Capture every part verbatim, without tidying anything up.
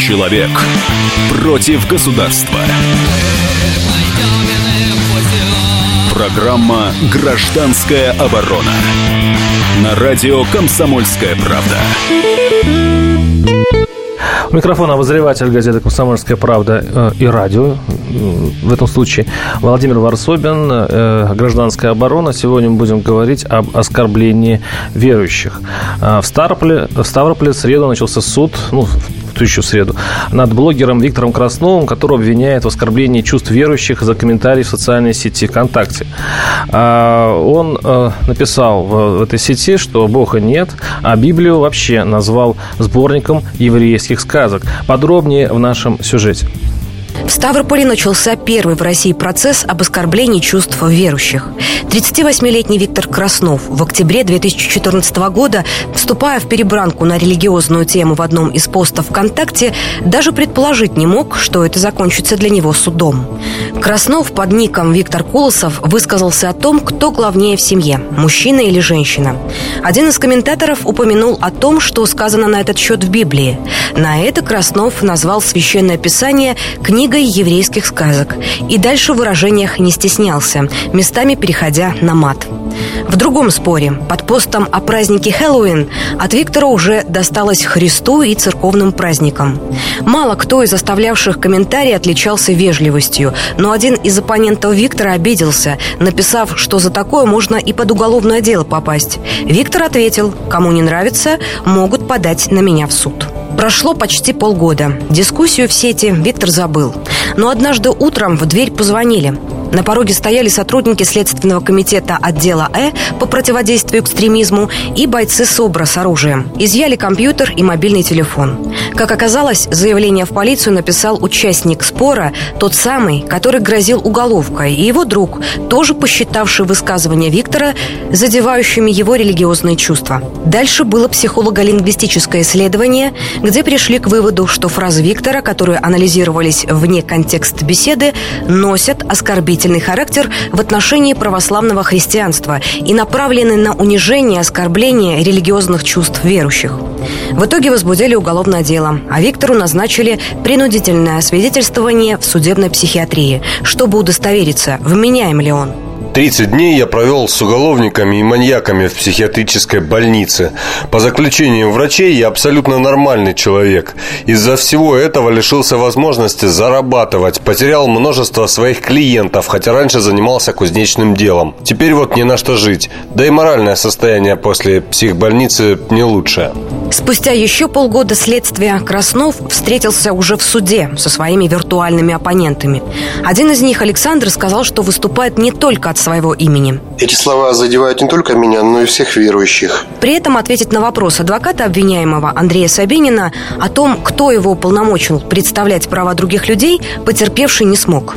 Человек против государства. Программа «Гражданская оборона» на радио «Комсомольская правда». У микрофона обозреватель газеты «Комсомольская правда» э, и радио, в этом случае Владимир Варсобин, э, «Гражданская оборона». Сегодня мы будем говорить об оскорблении верующих. Э, в Ставрополе, в Ставрополе в среду начался суд, ну, в ту еще среду, над блогером Виктором Красновым, которого обвиняют в оскорблении чувств верующих за комментарии в социальной сети ВКонтакте. Э, он э, написал в, в этой сети, что Бога нет, а Библию вообще назвал сборником еврейских сказок. Подробнее в нашем сюжете. В Ставрополе начался первый в России процесс об оскорблении чувств верующих. тридцативосьмилетний Виктор Краснов в октябре две тысячи четырнадцатого года, вступая в перебранку на религиозную тему в одном из постов ВКонтакте, даже предположить не мог, что это закончится для него судом. Краснов под ником Виктор Колосов высказался о том, кто главнее в семье – мужчина или женщина. Один из комментаторов упомянул о том, что сказано на этот счет в Библии. На это Краснов назвал Священное Писание книгой еврейских сказок и дальше в выражениях не стеснялся, местами переходя на мат. В другом споре, под постом о празднике Хэллоуин, от Виктора уже досталось Христу и церковным праздникам. Мало кто из оставлявших комментарии отличался вежливостью, но один из оппонентов Виктора обиделся, написав, что за такое можно и под уголовное дело попасть. Виктор ответил: «Кому не нравится, могут подать на меня в суд». Прошло почти полгода. Дискуссию в сети Виктор забыл. Но однажды утром в дверь позвонили. На пороге стояли сотрудники Следственного комитета отдела Э по противодействию экстремизму и бойцы СОБРа с оружием. Изъяли компьютер и мобильный телефон. Как оказалось, заявление в полицию написал участник спора, тот самый, который грозил уголовкой, и его друг, тоже посчитавший высказывания Виктора задевающими его религиозные чувства. Дальше было психолого-лингвистическое исследование, где пришли к выводу, что фразы Виктора, которые анализировались вне контекста беседы, носят оскорбительный характер в отношении православного христианства и направлены на унижение, оскорбление религиозных чувств верующих. В итоге возбудили уголовное дело, а Виктору назначили принудительное освидетельствование в судебной психиатрии, чтобы удостовериться, вменяем ли он. тридцать дней я провел с уголовниками и маньяками в психиатрической больнице. По заключению врачей, я абсолютно нормальный человек. Из-за всего этого лишился возможности зарабатывать. Потерял множество своих клиентов, хотя раньше занимался кузнечным делом. Теперь вот не на что жить. Да и моральное состояние после психбольницы не лучшее. Спустя еще полгода следствия Краснов встретился уже в суде со своими виртуальными оппонентами. Один из них, Александр, сказал, что выступает не только от своего имени. Эти слова задевают не только меня, но и всех верующих. При этом ответить на вопрос адвоката обвиняемого Андрея Собянина о том, кто его уполномочил представлять права других людей, потерпевший не смог.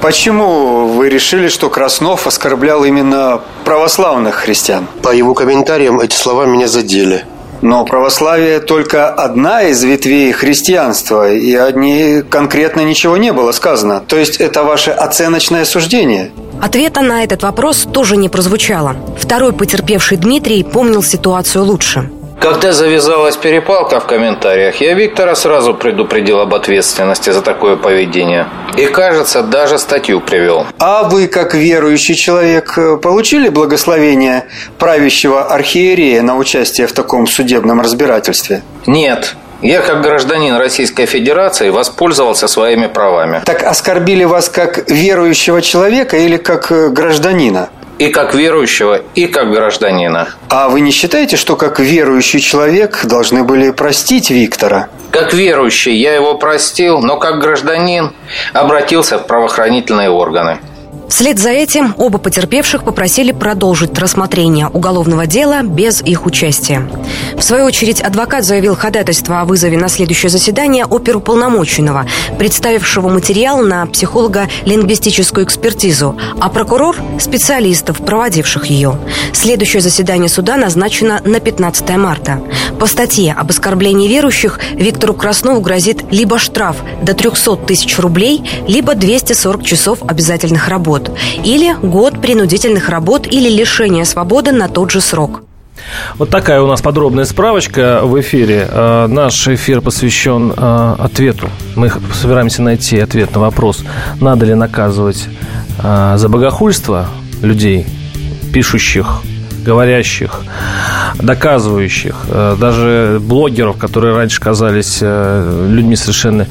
Почему вы решили, что Краснов оскорблял именно православных христиан? По его комментариям эти слова меня задели. Но православие только одна из ветвей христианства, и о ней конкретно ничего не было сказано. То есть это ваше оценочное суждение? Ответа на этот вопрос тоже не прозвучало. Второй потерпевший Дмитрий помнил ситуацию лучше. Когда завязалась перепалка в комментариях, я Виктора сразу предупредил об ответственности за такое поведение. И, кажется, даже статью привел. А вы, как верующий человек, получили благословение правящего архиерея на участие в таком судебном разбирательстве? Нет. Я, как гражданин Российской Федерации, воспользовался своими правами. Так оскорбили вас как верующего человека или как гражданина? И как верующего, и как гражданина. А вы не считаете, что как верующий человек должны были простить Виктора? Как верующий я его простил, но как гражданин обратился в правоохранительные органы. Вслед за этим оба потерпевших попросили продолжить рассмотрение уголовного дела без их участия. В свою очередь, адвокат заявил ходатайство о вызове на следующее заседание оперуполномоченного, представившего материал на психолого-лингвистическую экспертизу, а прокурор – специалистов, проводивших ее. Следующее заседание суда назначено на пятнадцатое марта. По статье об оскорблении верующих Виктору Краснову грозит либо штраф до триста тысяч рублей, либо двести сорок часов обязательных работ. Или год принудительных работ или лишения свободы на тот же срок. Вот такая у нас подробная справочка в эфире. Наш эфир посвящен ответу. Мы собираемся найти ответ на вопрос, надо ли наказывать за богохульство людей, пишущих, говорящих, доказывающих, даже блогеров, которые раньше казались людьми совершенно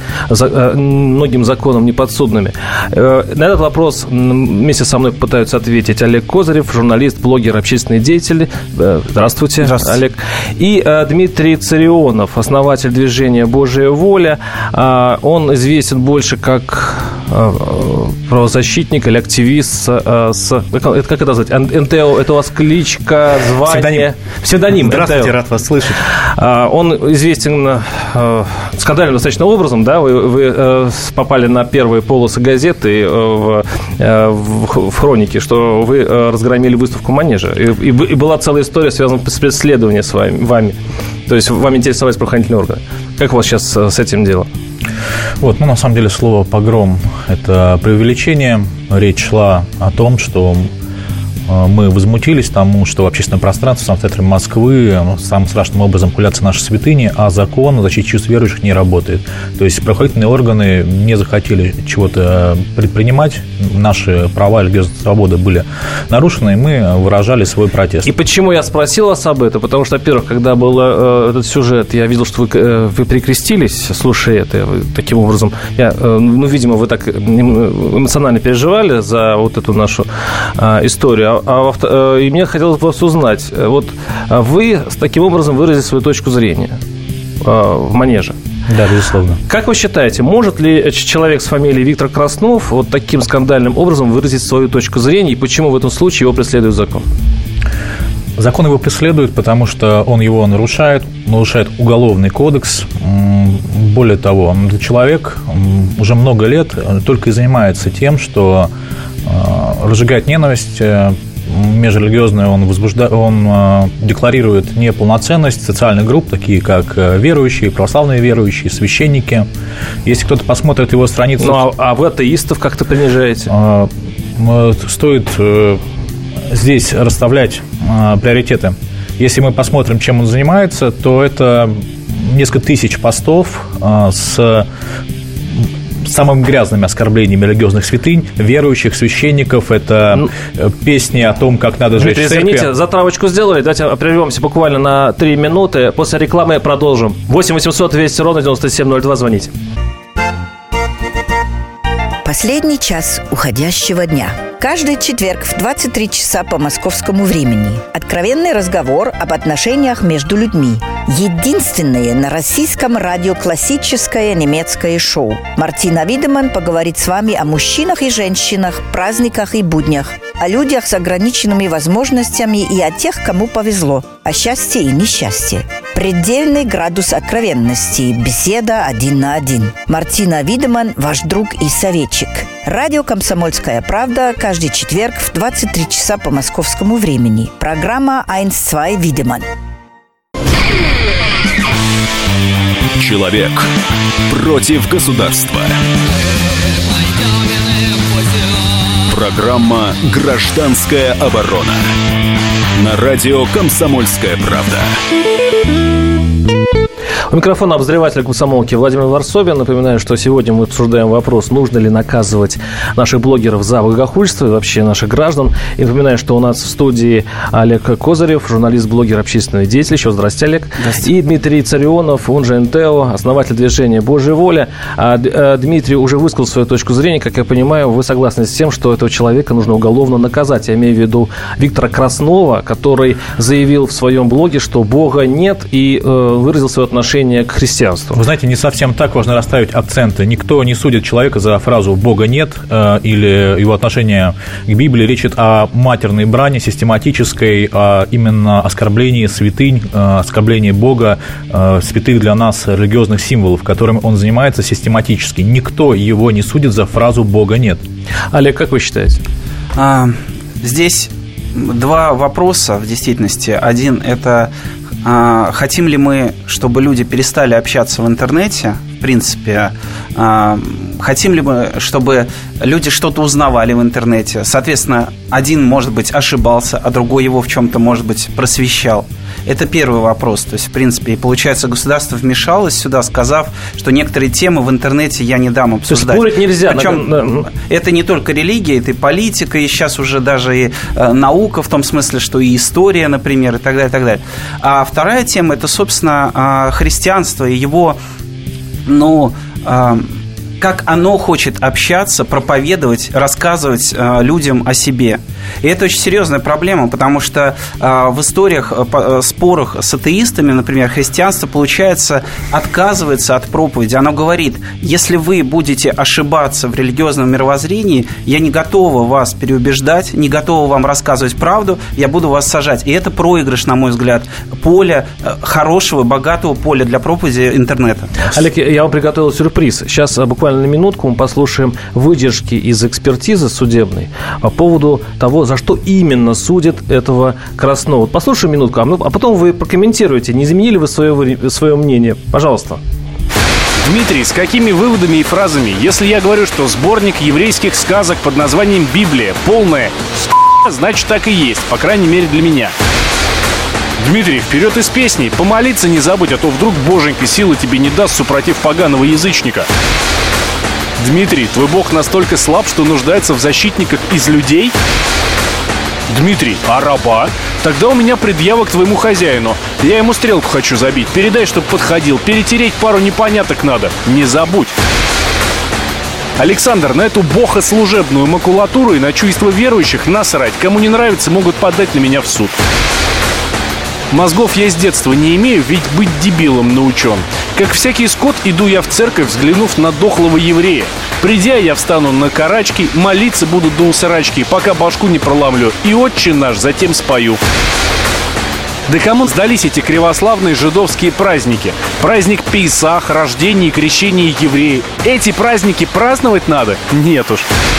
многим законам неподсудными. На этот вопрос вместе со мной пытаются ответить Олег Козырев, журналист, блогер, общественный деятель. Здравствуйте, Здравствуйте. Олег. И Дмитрий Царионов, основатель движения «Божья воля». Он известен больше как правозащитник или активист с... Как это назвать? эн тэ о – это у вас кличка, звание? Псевдоним. Псевдоним. Здравствуйте, эн тэ о. Рад вас слышать. Он известен скандальным достаточно образом, да? Вы, вы попали на первые полосы газеты в, в, в хронике, что вы разгромили выставку Манежа. И, и, и была целая история, связанная с преследованием с вами, вами. То есть вам интересовались правоохранительные органы. Как у вас сейчас с этим дело? Вот, ну, на самом деле, слово «погром» – это преувеличение. Речь шла о том, что мы возмутились тому, что в общественном пространстве, в самом центре Москвы, самым страшным образом хулятся наши святыни, а закон о защите чувств верующих не работает. То есть правоохранительные органы не захотели чего-то предпринимать, наши права и религиозные свободы были нарушены, и мы выражали свой протест. И почему я спросил вас об этом? Потому что, во-первых, когда был э, этот сюжет, я видел, что вы, э, вы перекрестились, слушая это, вы, таким образом, я, э, ну, видимо, вы так эмоционально переживали за вот эту нашу э, историю. А, и мне хотелось просто узнать, вот вы таким образом выразили свою точку зрения в Манеже. Да, безусловно. Как вы считаете, может ли человек с фамилией Виктор Краснов вот таким скандальным образом выразить свою точку зрения, и почему в этом случае его преследует закон? Закон его преследует, потому что он его нарушает, нарушает уголовный кодекс. Более того, этот человек уже много лет только и занимается тем, что разжигает ненависть межрелигиозную, он, возбужда... он э, декларирует неполноценность социальных групп, такие как верующие, православные верующие, священники. Если кто-то посмотрит его страницу... Ну, а, а вы атеистов как-то принижаете? Э, э, стоит э, здесь расставлять э, приоритеты. Если мы посмотрим, чем он занимается, то это несколько тысяч постов э, с... самыми грязными оскорблениями религиозных святынь, верующих, священников. Это ну, песни о том, как надо жить в церкви. Извините, затравочку сделали. Давайте прервемся буквально на три минуты. После рекламы продолжим. восемь восемьсот двести ровно девяносто семь ноль два. Звоните. Последний час уходящего дня. Каждый четверг в двадцать три часа по московскому времени. Откровенный разговор об отношениях между людьми. Единственное на российском радио классическое немецкое шоу. Мартина Видеман поговорит с вами о мужчинах и женщинах, праздниках и буднях, о людях с ограниченными возможностями и о тех, кому повезло, о счастье и несчастье. Предельный градус откровенности. Беседа один на один. Мартина Видеман, ваш друг и советчик. Радио «Комсомольская правда» каждый четверг в двадцать три часа по московскому времени. Программа один-два Видеман. Человек против государства. Программа «Гражданская оборона». На радио «Комсомольская правда». У микрофона обозреватель комсомолки Владимир Варсобин. Напоминаю, что сегодня мы обсуждаем вопрос, нужно ли наказывать наших блогеров за богохульство и вообще наших граждан. И напоминаю, что у нас в студии Олег Козырев, журналист, блогер, общественный деятель. Еще здравствуйте, Олег. Здравствуйте. И Дмитрий Царионов, он же эн тэ о, основатель движения «Божья воля». А Дмитрий уже высказал свою точку зрения. Как я понимаю, вы согласны с тем, что этого человека нужно уголовно наказать. Я имею в виду Виктора Краснова, который заявил в своем блоге, что Бога нет, и э, выразил свое отношение к христианству. Вы знаете, не совсем так важно расставить акценты. Никто не судит человека за фразу «Бога нет» э, или его отношение к Библии. Речь идет о матерной брани, систематической, а именно оскорблении святынь, э, оскорблении Бога, э, святых для нас религиозных символов, которыми он занимается систематически. Никто его не судит за фразу «Бога нет». Олег, как вы считаете? А, здесь два вопроса в действительности. Один – это а, хотим ли мы, чтобы люди перестали общаться в интернете, в принципе, а, хотим ли мы, чтобы люди что-то узнавали в интернете. Соответственно, один, может быть, ошибался, а другой его в чем-то, может быть, просвещал. Это первый вопрос. То есть, в принципе, и получается, государство вмешалось сюда, сказав, что некоторые темы в интернете я не дам обсуждать. То есть спорить нельзя. Причем на... это не только религия, это и политика, и сейчас уже даже и э, наука, в том смысле, что и история, например, и так далее, и так далее. А вторая тема – это, собственно, э, христианство и его, ну... Э, как оно хочет общаться, проповедовать, рассказывать э, людям о себе. И это очень серьезная проблема, потому что э, в историях, э, спорах с атеистами, например, христианство, получается, отказывается от проповеди. Оно говорит, если вы будете ошибаться в религиозном мировоззрении, я не готова вас переубеждать, не готова вам рассказывать правду, я буду вас сажать. И это проигрыш, на мой взгляд, поля, э, хорошего, богатого поля для проповеди интернета. Олег, я вам приготовил сюрприз. Сейчас буквально на минутку мы послушаем выдержки из экспертизы судебной по поводу того, за что именно судят этого Краснова. Послушаем минутку, а потом вы прокомментируете, не изменили вы свое, свое мнение. Пожалуйста. Дмитрий, с какими выводами и фразами, если я говорю, что сборник еврейских сказок под названием «Библия» полная с***, значит, так и есть, по крайней мере, для меня. Дмитрий, вперед из песни, помолиться не забудь, а то вдруг боженька силы тебе не даст супротив поганого язычника. Дмитрий, твой бог настолько слаб, что нуждается в защитниках из людей? Дмитрий, а раба? Тогда у меня предъява к твоему хозяину. Я ему стрелку хочу забить. Передай, чтоб подходил. Перетереть пару непоняток надо. Не забудь. Александр, на эту богослужебную макулатуру и на чувства верующих насрать. Кому не нравится, могут подать на меня в суд. Мозгов я с детства не имею, ведь быть дебилом научен. Как всякий скот, иду я в церковь, взглянув на дохлого еврея. Придя, я встану на карачки, молиться буду до усрачки, пока башку не проламлю, и отче наш затем спою. Да кому сдались эти кривославные жидовские праздники? Праздник Пейсах, рождение и крещение евреев. Эти праздники праздновать надо? Нет уж.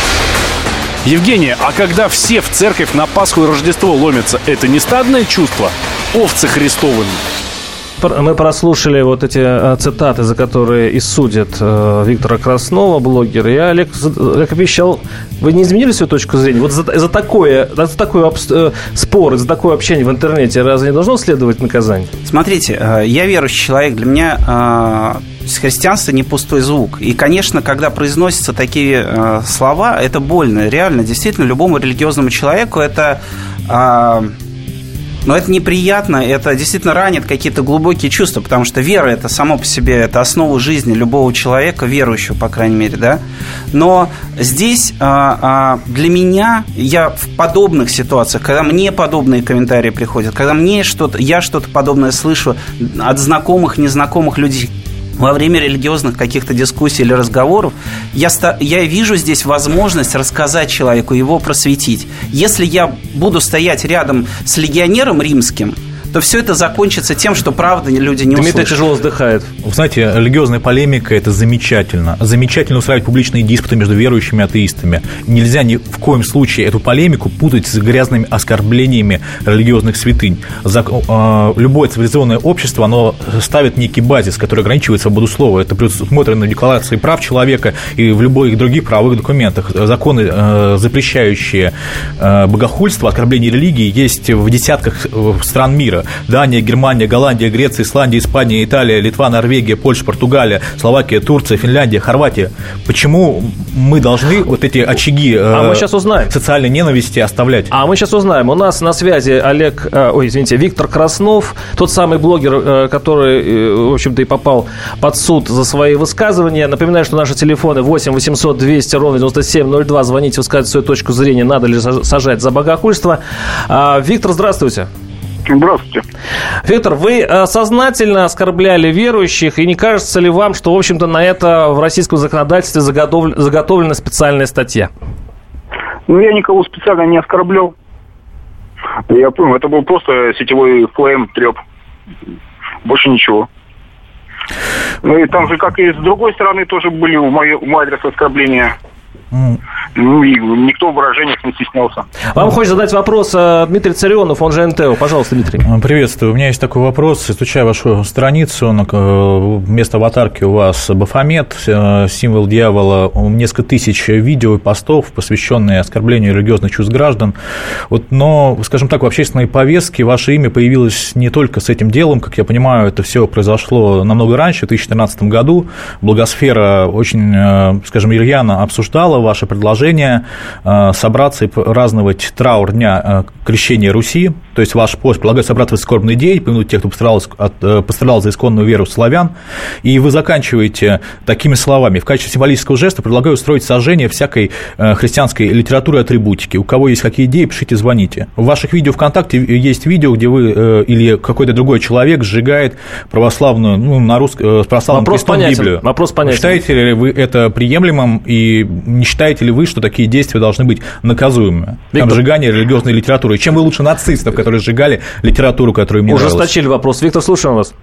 Евгения, а когда все в церковь на Пасху и Рождество ломятся, это не стадное чувство? Овцы христовы. Мы прослушали вот эти цитаты, за которые и судят Виктора Краснова, блогера. И Олег, как обещал, вы не изменили свою точку зрения? Вот за, за такое, за такой спор, за такое общение в интернете разве не должно следовать наказание? Смотрите, я верующий человек. Для меня христианство не пустой звук. И, конечно, когда произносятся такие слова, это больно. Реально, действительно, любому религиозному человеку это... Но это неприятно, это действительно ранит какие-то глубокие чувства, потому что вера – это само по себе, это основа жизни любого человека, верующего, по крайней мере, да. Но здесь для меня, я в подобных ситуациях, когда мне подобные комментарии приходят, когда мне что-то, я что-то подобное слышу от знакомых, незнакомых людей, во время религиозных каких-то дискуссий или разговоров, я, я вижу здесь возможность рассказать человеку, его просветить. Если я буду стоять рядом с легионером римским, то все это закончится тем, что правда люди не услышат. Дмитрий тяжело вздыхает. Вы знаете, религиозная полемика – это замечательно. Замечательно устраивать публичные диспуты между верующими и атеистами. Нельзя ни в коем случае эту полемику путать с грязными оскорблениями религиозных святынь. Любое цивилизованное общество, оно ставит некий базис, который ограничивает свободу слова. Это предусмотрено в Декларации прав человека и в любых других правовых документах. Законы, запрещающие богохульство, оскорбление религии, есть в десятках стран мира. Дания, Германия, Голландия, Греция, Исландия, Испания, Италия, Литва, Норвегия, Польша, Португалия, Словакия, Турция, Финляндия, Хорватия. Почему мы должны вот эти очаги а э, мы сейчас узнаем. социальной ненависти оставлять? А мы сейчас узнаем. У нас на связи Олег, э, ой, извините, Виктор Краснов, тот самый блогер, э, который, э, в общем-то, и попал под суд за свои высказывания. Напоминаю, что наши телефоны восемь восемьсот двести ровно девяносто семь ноль два. Звоните, высказывайте свою точку зрения, надо ли сажать за богохульство. А, Виктор, здравствуйте. Здравствуйте. Виктор, вы сознательно оскорбляли верующих, и не кажется ли вам, что, в общем-то, на это в российском законодательстве заготовлена, заготовлена специальная статья? Ну, я никого специально не оскорблял. Я понял, это был просто сетевой флейм, треп. Больше ничего. Ну, и там же, как и с другой стороны, тоже были в мой, в мой адрес оскорбления. Mm. Ну, и никто в выражениях не стеснялся. Вам хочет задать вопрос Дмитрий Царионов, он же эн тэ о. Пожалуйста, Дмитрий. Приветствую. У меня есть такой вопрос. Изучая вашу страницу, вместо аватарки у вас Бафомет, символ дьявола, несколько тысяч видео и постов, посвященные оскорблению религиозных чувств граждан. Вот, но, скажем так, в общественной повестке ваше имя появилось не только с этим делом. Как я понимаю, это все произошло намного раньше, в две тысячи тринадцатом году. Благосфера очень, скажем, рьяно обсуждала ваше предложение собраться и праздновать траур Дня Крещения Руси, то есть ваш пост предлагает собраться в скорбный день, помянуть тех, кто пострадал, от, пострадал за исконную веру славян, и вы заканчиваете такими словами: в качестве символического жеста предлагаю устроить сожжение всякой христианской литературы и атрибутики. У кого есть какие идеи, пишите, звоните. В ваших видео ВКонтакте есть видео, где вы или какой-то другой человек сжигает православную, ну, на русском, православным крестом Библию. Вопрос понятен. Считаете ли вы это приемлемым, и не считаете ли вы, что такие действия должны быть наказуемыми? Там сжигание религиозной литературы. Чем вы лучше нацистов, которые сжигали литературу, которую им не нравилось? Ужесточили вопрос. Виктор, слушаем вас.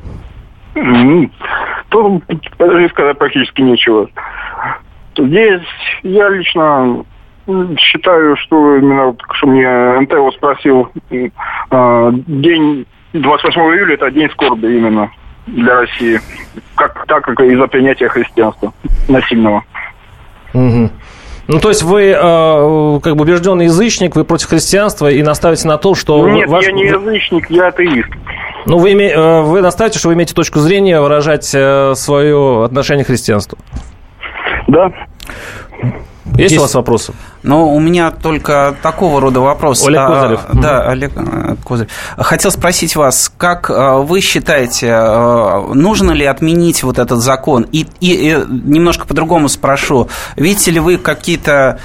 Тут даже сказать практически нечего. Здесь я лично считаю, что именно, что мне эн тэ о спросил, день двадцать восьмого июля – это день скорби именно для России, как, так как из-за принятия христианства насильного. Угу. Ну, то есть вы э, как бы убежденный язычник, вы против христианства и настаиваете на том, что... Нет, ваш... я не язычник, я атеист. Ну, вы, име... вы настаиваете, что вы имеете точку зрения выражать э, свое отношение к христианству? Да. Есть, Есть у вас вопросы? Ну, у меня только такого рода вопрос. Олег Козырев. А, да, Олег Козырев. Хотел спросить вас, как вы считаете, нужно ли отменить вот этот закон? И, и, и немножко по-другому спрошу. Видите ли вы какие-то...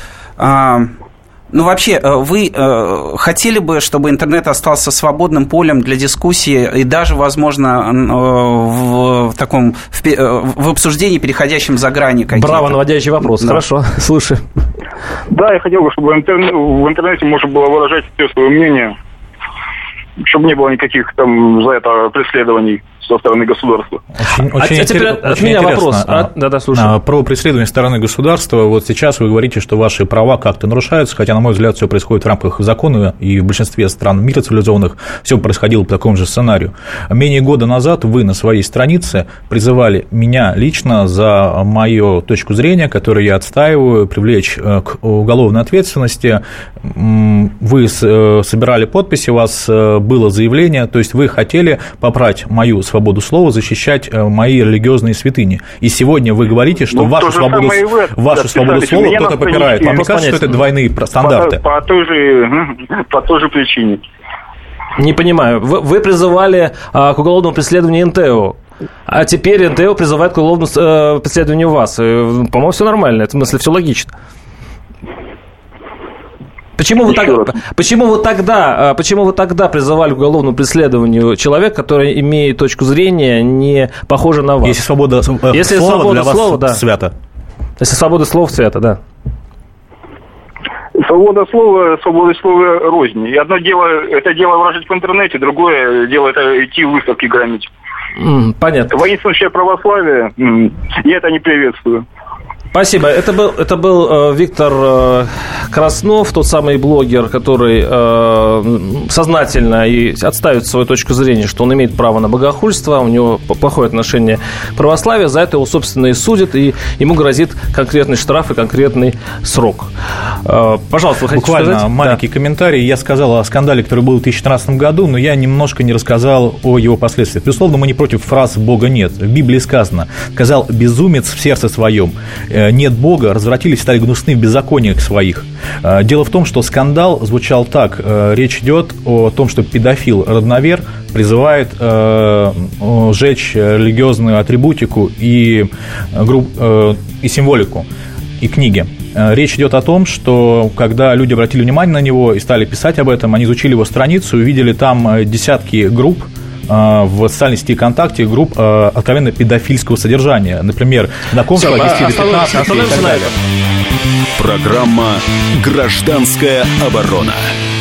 Ну, вообще, вы хотели бы, чтобы интернет остался свободным полем для дискуссии и даже, возможно, в, в таком в, в обсуждении, переходящем за грани какие-то? Браво, наводящий вопрос. Да. Хорошо, слушай. Да, я хотел бы, чтобы в, интернет, в интернете можно было выражать все свое мнение, чтобы не было никаких там за это преследований со стороны государства. Очень, очень, а теперь от, от меня вопрос. А, да, да, слушай. Про преследование со стороны государства. Вот сейчас вы говорите, что ваши права как-то нарушаются, хотя, на мой взгляд, все происходит в рамках закона, и в большинстве стран мира цивилизованных все происходило по такому же сценарию. Менее года назад вы на своей странице призывали меня лично за мою точку зрения, которую я отстаиваю, привлечь к уголовной ответственности. Вы собирали подписи, у вас было заявление, то есть вы хотели попрать мою свободу слова, защищать мои религиозные святыни. И сегодня вы говорите, что ну, вашу свободу, вашу свободу слова кто-то попирает. Вам не кажется, что это двойные стандарты? По, по, той же, по той же причине. Не понимаю. Вы, вы призывали а, к уголовному преследованию эн тэ о, а теперь эн тэ о призывает к уголовному а, преследованию вас. По-моему, все нормально. Это, в смысле, все логично. Почему вы, так, почему, вы тогда, почему вы тогда призывали к уголовному преследованию человека, который имеет точку зрения, не похожа на вас? Если свобода Если слова свобода для слова, вас да. свята. Если свобода слова свята, да. Свобода слова, свобода слова рознь. И одно дело, это дело выражать в интернете, другое дело это идти в выставки громить. Mm, понятно. Воинствующее православие, mm, я это не приветствую. Спасибо. Это был, это был э, Виктор э, Краснов, тот самый блогер, который э, сознательно и отставит свою точку зрения, что он имеет право на богохульство, у него плохое отношение к православию, за это его, собственно, и судят, и ему грозит конкретный штраф и конкретный срок. Э, пожалуйста, вы хотите Буквально сказать? маленький да. комментарий. Я сказал о скандале, который был в две тысячи тринадцатом году, но я немножко не рассказал о его последствиях. Безусловно, мы не против фраз «Бога нет». В Библии сказано: «Сказал безумец в сердце своем, нет Бога, развратились, стали гнусны в беззакониях своих». Дело в том, что скандал звучал так. Речь идет о том, что педофил родновер призывает сжечь религиозную атрибутику и, и символику, и книги. Речь идет о том, что когда люди обратили внимание на него и стали писать об этом, они изучили его страницу и увидели там десятки групп в социальной сети ВКонтакте, групп э, откровенно педофильского содержания. Например, знакомство от десяти до пятнадцати и так далее. Программа «Гражданская оборона».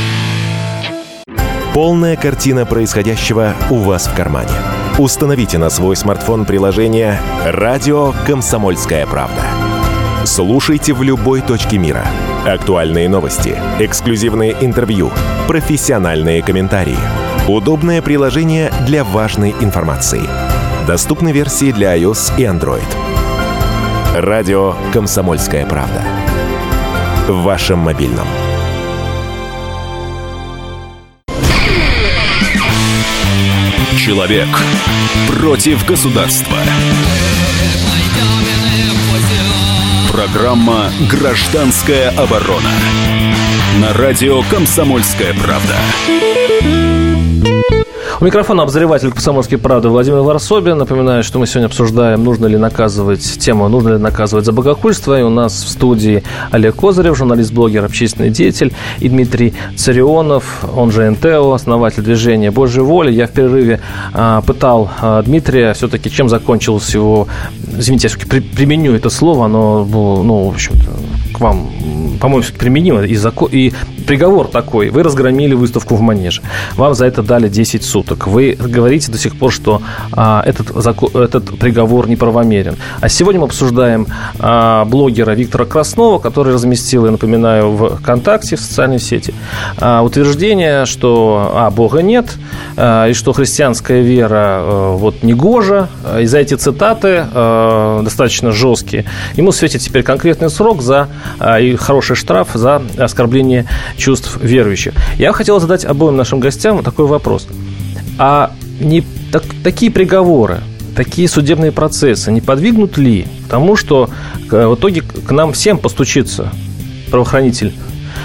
Полная картина происходящего у вас в кармане. Установите на свой смартфон приложение «Радио Комсомольская правда». Слушайте в любой точке мира. Актуальные новости, эксклюзивные интервью, профессиональные комментарии. Удобное приложение для важной информации. Доступны версии для iOS и Android. Радио «Комсомольская правда». В вашем мобильном. Человек против государства. Программа «Гражданская оборона». На радио «Комсомольская правда». У микрофона обозреватель «Комсомольской правды» Владимир Варсобин. Напоминаю, что мы сегодня обсуждаем, нужно ли наказывать тему, нужно ли наказывать за богохульство. И у нас в студии Олег Козырев, журналист-блогер, общественный деятель, и Дмитрий Царионов, он же эн тэ о, основатель движения «Божья воля». Я в перерыве а, пытал а, Дмитрия все-таки, чем закончилось его... Извините, я все-таки при, применю это слово, оно было, ну, в общем-то, к вам, по-моему, все-таки применимо. И, закон, и приговор такой. Вы разгромили выставку в Манеже. Вам за это дали десять суток. Вы говорите до сих пор, что а, этот, закон, этот приговор неправомерен. А сегодня мы обсуждаем а, блогера Виктора Краснова, который разместил, я напоминаю, в ВКонтакте, в социальной сети, а, утверждение, что а, Бога нет, а, и что христианская вера а, вот, негожа. И за эти цитаты а, достаточно жесткие. Ему светит теперь конкретный срок за, а, и хороший штраф за оскорбление чувств верующих. Я хотел задать обоим нашим гостям такой вопрос. А не так, такие приговоры, такие судебные процессы не подвигнут ли к тому, что в итоге к нам всем постучится правоохранитель?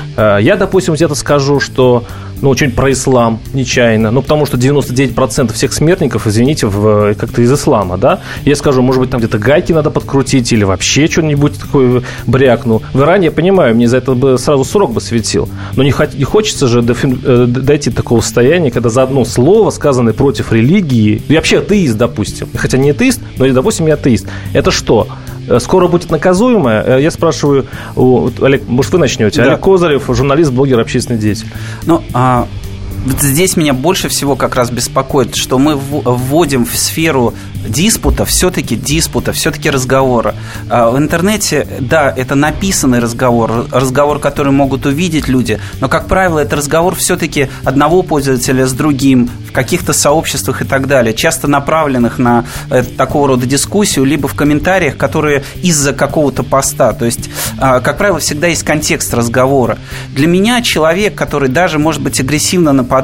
Я, допустим, где-то скажу, что ну, что-нибудь про ислам нечаянно, ну, потому что девяносто девять процентов всех смертников, извините, в, как-то из ислама, да? Я скажу, может быть, там где-то гайки надо подкрутить или вообще что-нибудь такое брякну. В Иране, я понимаю, мне за это бы сразу срок бы светил, но не, не хочется же дойти до такого состояния, когда за одно слово, сказанное против религии, я вообще атеист, допустим, хотя не атеист, но, допустим, я атеист, это что? Скоро будет наказуемое? Я спрашиваю, Олег, может, вы начнете? Да. Олег Козырев, журналист, блогер, общественный деятель. Ну, а... Здесь меня больше всего как раз беспокоит, что мы вводим в сферу диспута, все-таки диспута, все-таки разговора. В интернете, да, это написанный разговор, разговор, который могут увидеть люди, но, как правило, это разговор все-таки одного пользователя с другим, в каких-то сообществах и так далее, часто направленных на такого рода дискуссию, либо в комментариях, которые из-за какого-то поста. То есть, как правило, всегда есть контекст разговора. Для меня человек, который даже, может быть, агрессивно нападает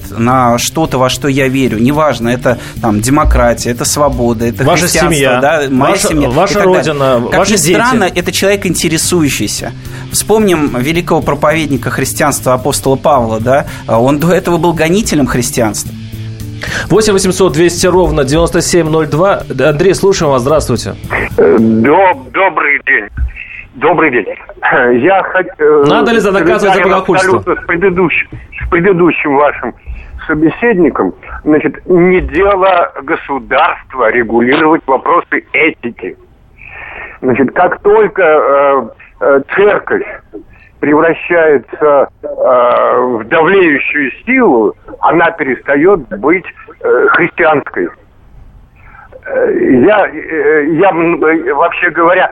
на что-то, во что я верю, неважно, это там демократия, это свобода, это ваша христианство, семья, да, моя ваша, семья, ваша родина, как ваши ни дети. Странно, это человек интересующийся. Вспомним великого проповедника христианства апостола Павла, да, он до этого был гонителем христианства. восемь восемьсот двести ровно девяносто семь ноль два. Андрей, слушаем вас, здравствуйте. Доб- добрый день. Добрый день. Я хот... Надо ли наказывать за богохульство? С предыдущим, с предыдущим вашим собеседником, значит, не дело государства регулировать вопросы этики. Значит, как только э, э, церковь превращается э, в давлеющую силу, она перестает быть э, христианской. Я, я, вообще говоря,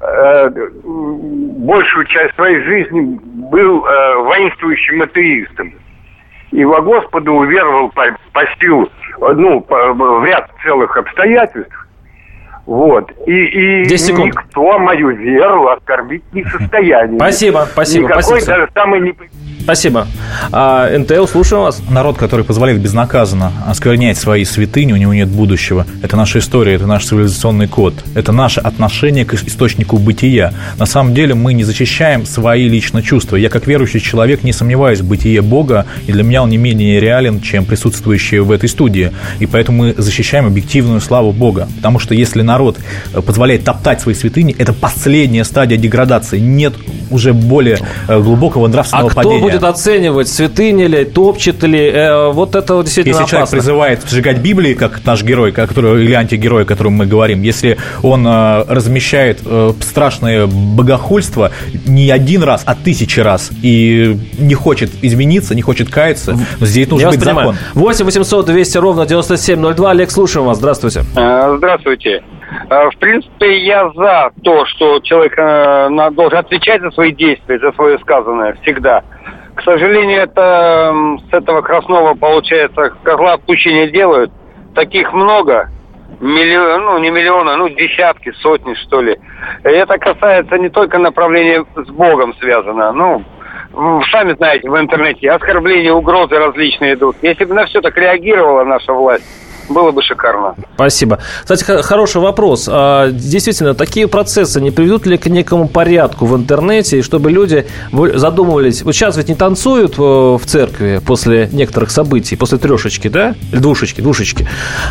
большую часть своей жизни был воинствующим атеистом. И во Господа уверовал по, по силу, ну, по, в ряд целых обстоятельств. Вот. И, и никто мою веру оскорбить не в состоянии. Спасибо, спасибо. Никакой спасибо. даже самый не... Спасибо. А, эн тэ о, слушаем вас. Народ, который позволяет безнаказанно осквернять свои святыни, у него нет будущего. Это наша история, это наш цивилизационный код. Это наше отношение к источнику бытия. На самом деле мы не защищаем свои личные чувства. Я, как верующий человек, не сомневаюсь в бытие Бога, и для меня он не менее реален, чем присутствующие в этой студии. И поэтому мы защищаем объективную славу Бога. Потому что если народ позволяет топтать свои святыни, это последняя стадия деградации. Нет уже более глубокого нравственного а падения. Кто будет оценивать, святыня ли, топчет ли? Э, вот это действительно если опасно. Человек призывает сжигать Библии, как наш герой, который, или антигерой, о котором мы говорим, если он э, размещает э, страшное богохульство не один раз, а тысячи раз, и не хочет измениться, не хочет каяться, здесь нужен быть закон. восемь восемьсот двести ровно девяносто семь ноль два. Олег, слушаем вас. Здравствуйте. Здравствуйте. В принципе, я за то, что человек должен отвечать за свои действия, за свое сказанное всегда. К сожалению, это с этого Краснова, получается, козла отпущения делают. Таких много. Миллион, ну, не миллиона, ну, десятки, сотни, что ли. И это касается не только направления с Богом связано. Ну, сами знаете, в интернете оскорбления, угрозы различные идут. Если бы на все так реагировала наша власть, было бы шикарно. Спасибо. Кстати, хороший вопрос. Действительно, такие процессы не приведут ли к некому порядку в интернете, и чтобы люди задумывались... Вот сейчас ведь не танцуют в церкви после некоторых событий, после трешечки, да? Или двушечки, двушечки.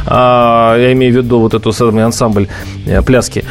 Я имею в виду вот эту самый ансамбль пляски.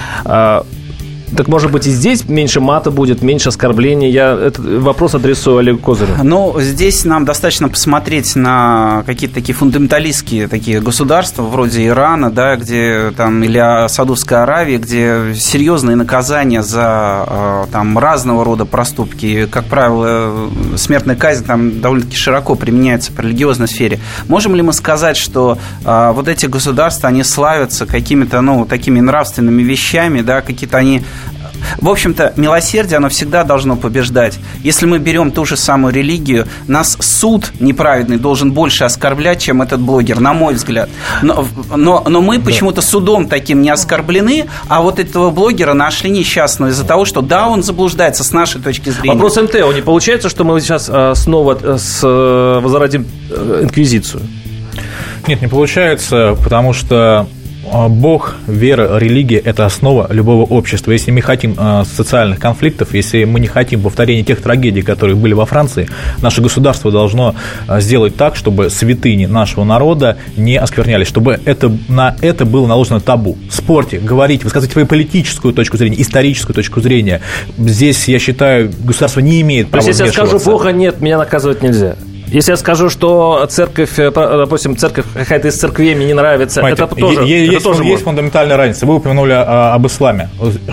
Так, может быть, и здесь меньше мата будет, меньше оскорблений? Я этот вопрос адресую Олегу Козырю. Ну, здесь нам достаточно посмотреть на какие-то такие фундаменталистские такие государства, вроде Ирана, да, где там, или Саудовской Аравии, где серьезные наказания за там разного рода проступки. Как правило, смертная казнь там довольно-таки широко применяется в религиозной сфере. Можем ли мы сказать, что а, вот эти государства, они славятся какими-то, ну, такими нравственными вещами, да, какие-то они... В общем-то, милосердие, оно всегда должно побеждать. Если мы берем ту же самую религию, нас суд неправедный должен больше оскорблять, чем этот блогер, на мой взгляд. Но, но, но мы почему-то судом таким не оскорблены, а вот этого блогера нашли несчастного из-за того, что да, он заблуждается с нашей точки зрения. Вопрос эн тэ о. Не получается, что мы сейчас снова с, возродим инквизицию? Нет, не получается, потому что Бог, вера, религия – это основа любого общества. Если мы хотим социальных конфликтов, если мы не хотим повторения тех трагедий, которые были во Франции, наше государство должно сделать так, чтобы святыни нашего народа не осквернялись, чтобы это, на это было наложено табу. Спорьте, говорите, высказывайте свою политическую точку зрения, историческую точку зрения. Здесь, я считаю, государство не имеет права вмешиваться. Если я скажу «Бога нет», меня наказывать нельзя. Если я скажу, что церковь, допустим, церковь какая-то из церквей мне не нравится, Знаете, это тоже, есть, это тоже есть фундаментальная разница. Вы упомянули а, об исламе.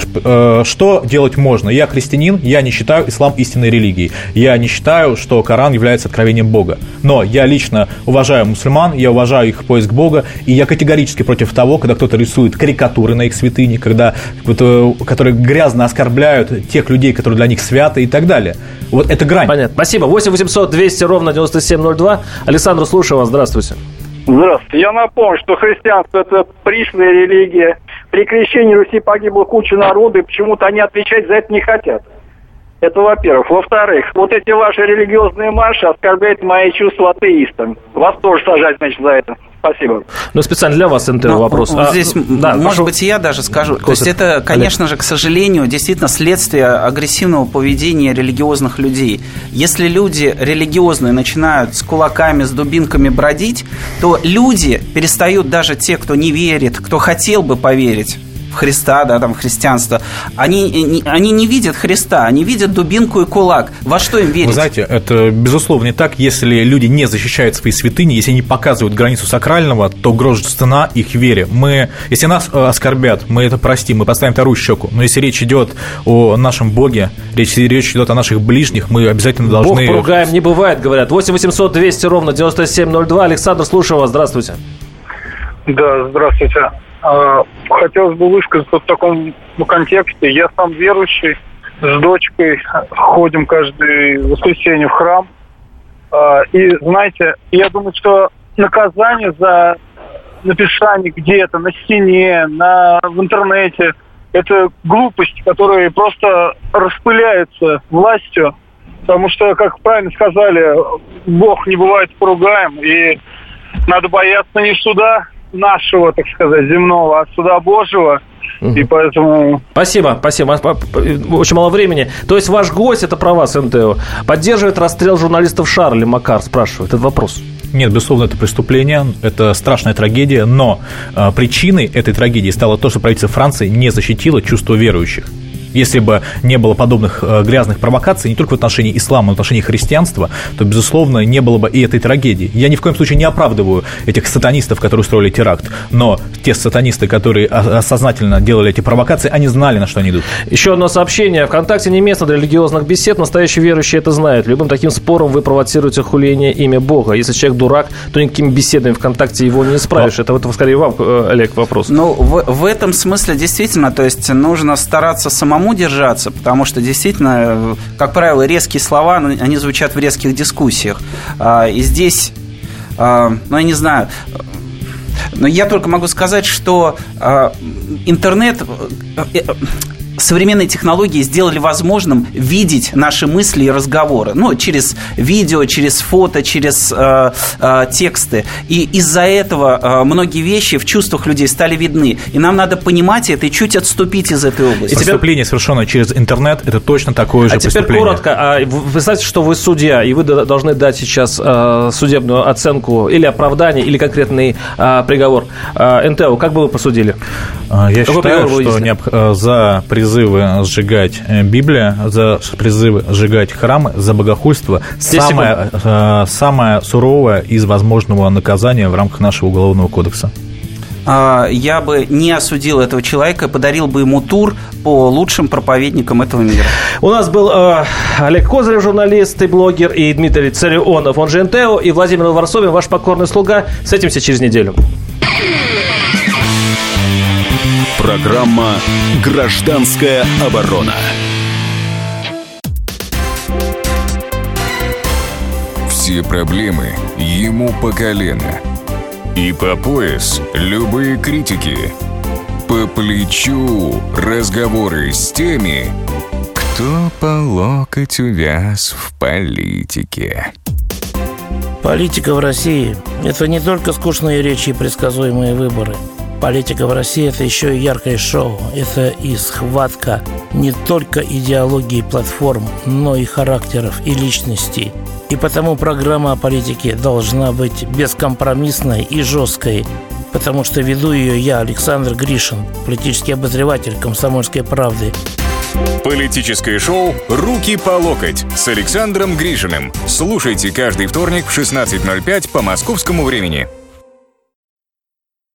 Что делать можно? Я христианин, я не считаю ислам истинной религией. Я не считаю, что Коран является откровением Бога. Но я лично уважаю мусульман, я уважаю их поиск Бога, и я категорически против того, когда кто-то рисует карикатуры на их святыни, когда, которые грязно оскорбляют тех людей, которые для них святы и так далее. Вот это грань. Понятно. Спасибо. восемь восемьсот двести ровно девяносто семь ноль два. Александр, слушаю вас. Здравствуйте. Здравствуйте. Я напомню, что христианство – это пришлая религия. При крещении Руси погибла куча народа, и почему-то они отвечать за это не хотят. Это во-первых. Во-вторых, вот эти ваши религиозные марши оскорбляют мои чувства атеистам. Вас тоже сажать, значит, за это. Спасибо. Ну, специально для вас эн тэ о вопрос. Вот здесь, а, да, может прошу. быть, я даже скажу. Косарь. То есть это, конечно Олег. же, к сожалению, действительно следствие агрессивного поведения религиозных людей. Если люди религиозные начинают с кулаками, с дубинками бродить, то люди перестают, даже те, кто не верит, кто хотел бы поверить в Христа, да, там, в христианство, они, они не видят Христа, они видят дубинку и кулак. Во что им верить? Вы знаете, это, безусловно, не так. Если люди не защищают свои святыни, если они показывают границу сакрального, то грозит цена их вере. Мы, если нас оскорбят, мы это простим, мы поставим вторую щеку. Но если речь идет о нашем Боге, речь, речь идет о наших ближних, мы обязательно должны... Бог поругаем не бывает, говорят. восемь восемьсот двести ровно девяносто семь ноль два. Александр, слушаю вас. Здравствуйте. Да, здравствуйте. Хотелось бы высказаться в таком контексте. Я сам верующий, с дочкой ходим каждое воскресенье в храм. И, знаете, я думаю, что наказание за написание где-то на стене, на, в интернете, это глупость, которая просто распыляется властью. Потому что, как правильно сказали, Бог не бывает поругаем, и надо бояться не суда нашего, так сказать, земного, а суда Божьего. Угу. И поэтому... Спасибо, спасибо. Очень мало времени. То есть ваш гость, это про вас, эн тэ о, поддерживает расстрел журналистов Шарли Макар, спрашивает. Этот вопрос. Нет, безусловно, это преступление, это страшная трагедия, но э, причиной этой трагедии стало то, что правительство Франции не защитило чувства верующих. Если бы не было подобных э, грязных провокаций не только в отношении ислама, но и в отношении христианства, то, безусловно, не было бы и этой трагедии. Я ни в коем случае не оправдываю этих сатанистов, которые устроили теракт, но те сатанисты, которые осознательно делали эти провокации, они знали, на что они идут. Еще одно сообщение. ВКонтакте не место для религиозных бесед. Настоящие верующие это знают. Любым таким спором вы провоцируете хуление имя Бога. Если человек дурак, то никакими беседами ВКонтакте его не исправишь. Но... Это, это скорее вам, Олег, вопрос. Ну, в, в этом смысле действительно, то есть нужно стараться самому держаться, потому что действительно, как правило, резкие слова, они звучат в резких дискуссиях. И здесь, ну, я не знаю, но я только могу сказать, что интернет... Современные технологии сделали возможным видеть наши мысли и разговоры. Ну, через видео, через фото, через э, э, тексты. И из-за этого э, многие вещи в чувствах людей стали видны. И нам надо понимать это и чуть отступить из этой области. И преступление, совершенное через интернет, это точно такое же а преступление. А теперь коротко. А представьте, что вы судья, и вы должны дать сейчас э, судебную оценку или оправдание, или конкретный э, приговор. Э, эн тэ о, как бы вы посудили? Я Какой считаю, что необ... за призыв призывы сжигать Библию, за призывы сжигать храмы, за богохульство самое, э, самое суровое из возможного наказания в рамках нашего уголовного кодекса. Я бы не осудил этого человека, подарил бы ему тур по лучшим проповедникам этого мира. У нас был э, Олег Козырев, журналист и блогер, и Дмитрий Царионов, он же эн тэ о, и Владимир Варсобин, ваш покорный слуга. Встретимся через неделю. Программа «Гражданская оборона». Все проблемы ему по колено. И по пояс любые критики. По плечу разговоры с теми, кто по локоть увяз в политике. Политика в России – это не только скучные речи и предсказуемые выборы. Политика в России – это еще и яркое шоу. Это и схватка не только идеологии и платформ, но и характеров и личностей. И потому программа о политике должна быть бескомпромиссной и жесткой, потому что веду ее я, Александр Гришин, политический обозреватель «Комсомольской правды». Политическое шоу «Руки по локоть» с Александром Гришиным. Слушайте каждый вторник в шестнадцать ноль пять по московскому времени.